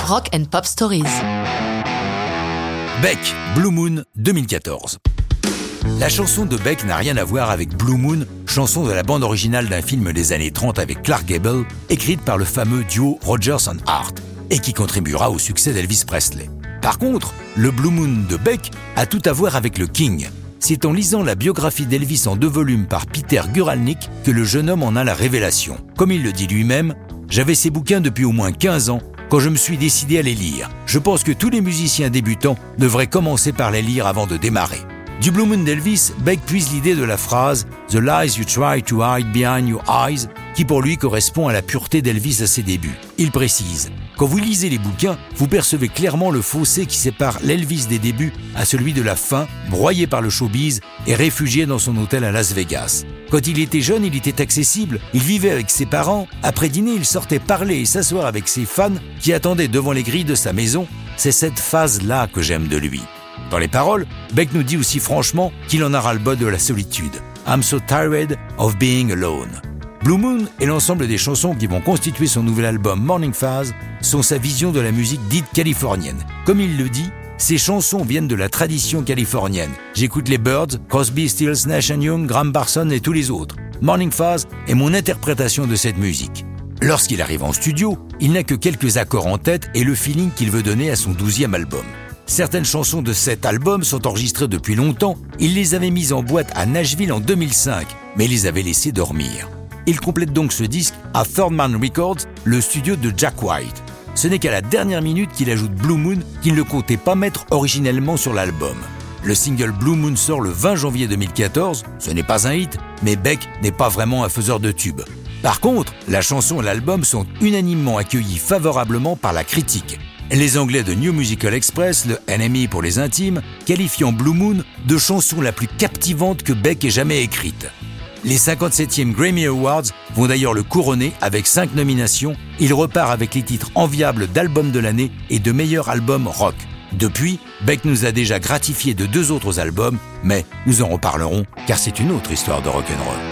Rock and Pop Stories. Beck, Blue Moon 2014. La chanson de Beck n'a rien à voir avec Blue Moon, chanson de la bande originale d'un film des années 30 avec Clark Gable, écrite par le fameux duo Rodgers and Hart, et qui contribuera au succès d'Elvis Presley. Par contre, le Blue Moon de Beck a tout à voir avec le King. C'est en lisant la biographie d'Elvis en 2 volumes par Peter Guralnick que le jeune homme en a la révélation. Comme il le dit lui-même, « J'avais ces bouquins depuis au moins 15 ans quand je me suis décidé à les lire. Je pense que tous les musiciens débutants devraient commencer par les lire avant de démarrer. » Du Blue Moon d'Elvis, Beck puise l'idée de la phrase « The lies you try to hide behind your eyes » qui pour lui correspond à la pureté d'Elvis à ses débuts. Il précise « Quand vous lisez les bouquins, vous percevez clairement le fossé qui sépare l'Elvis des débuts à celui de la fin, broyé par le showbiz et réfugié dans son hôtel à Las Vegas. Quand il était jeune, il était accessible, il vivait avec ses parents. Après dîner, il sortait parler et s'asseoir avec ses fans qui attendaient devant les grilles de sa maison. C'est cette phase-là que j'aime de lui. » Dans les paroles, Beck nous dit aussi franchement qu'il en a ras-le-bol de la solitude. « I'm so tired of being alone ». Blue Moon et l'ensemble des chansons qui vont constituer son nouvel album Morning Phase sont sa vision de la musique dite californienne. Comme il le dit, ces chansons viennent de la tradition californienne. J'écoute les Byrds, Crosby, Stills, Nash & Young, Graham Parsons et tous les autres. Morning Phase est mon interprétation de cette musique. Lorsqu'il arrive en studio, il n'a que quelques accords en tête et le feeling qu'il veut donner à son 12e album. Certaines chansons de cet album sont enregistrées depuis longtemps. Il les avait mises en boîte à Nashville en 2005, mais les avait laissées dormir. Il complète donc ce disque à Third Man Records, le studio de Jack White. Ce n'est qu'à la dernière minute qu'il ajoute Blue Moon qu'il ne comptait pas mettre originellement sur l'album. Le single Blue Moon sort le 20 janvier 2014, ce n'est pas un hit, mais Beck n'est pas vraiment un faiseur de tubes. Par contre, la chanson et l'album sont unanimement accueillis favorablement par la critique. Les Anglais de New Musical Express, le NME pour les intimes, qualifiant Blue Moon de chanson la plus captivante que Beck ait jamais écrite. Les 57e Grammy Awards vont d'ailleurs le couronner avec 5 nominations. Il repart avec les titres enviables d'album de l'année et de meilleur album rock. Depuis, Beck nous a déjà gratifié de 2 autres albums, mais nous en reparlerons car c'est une autre histoire de rock'n'roll.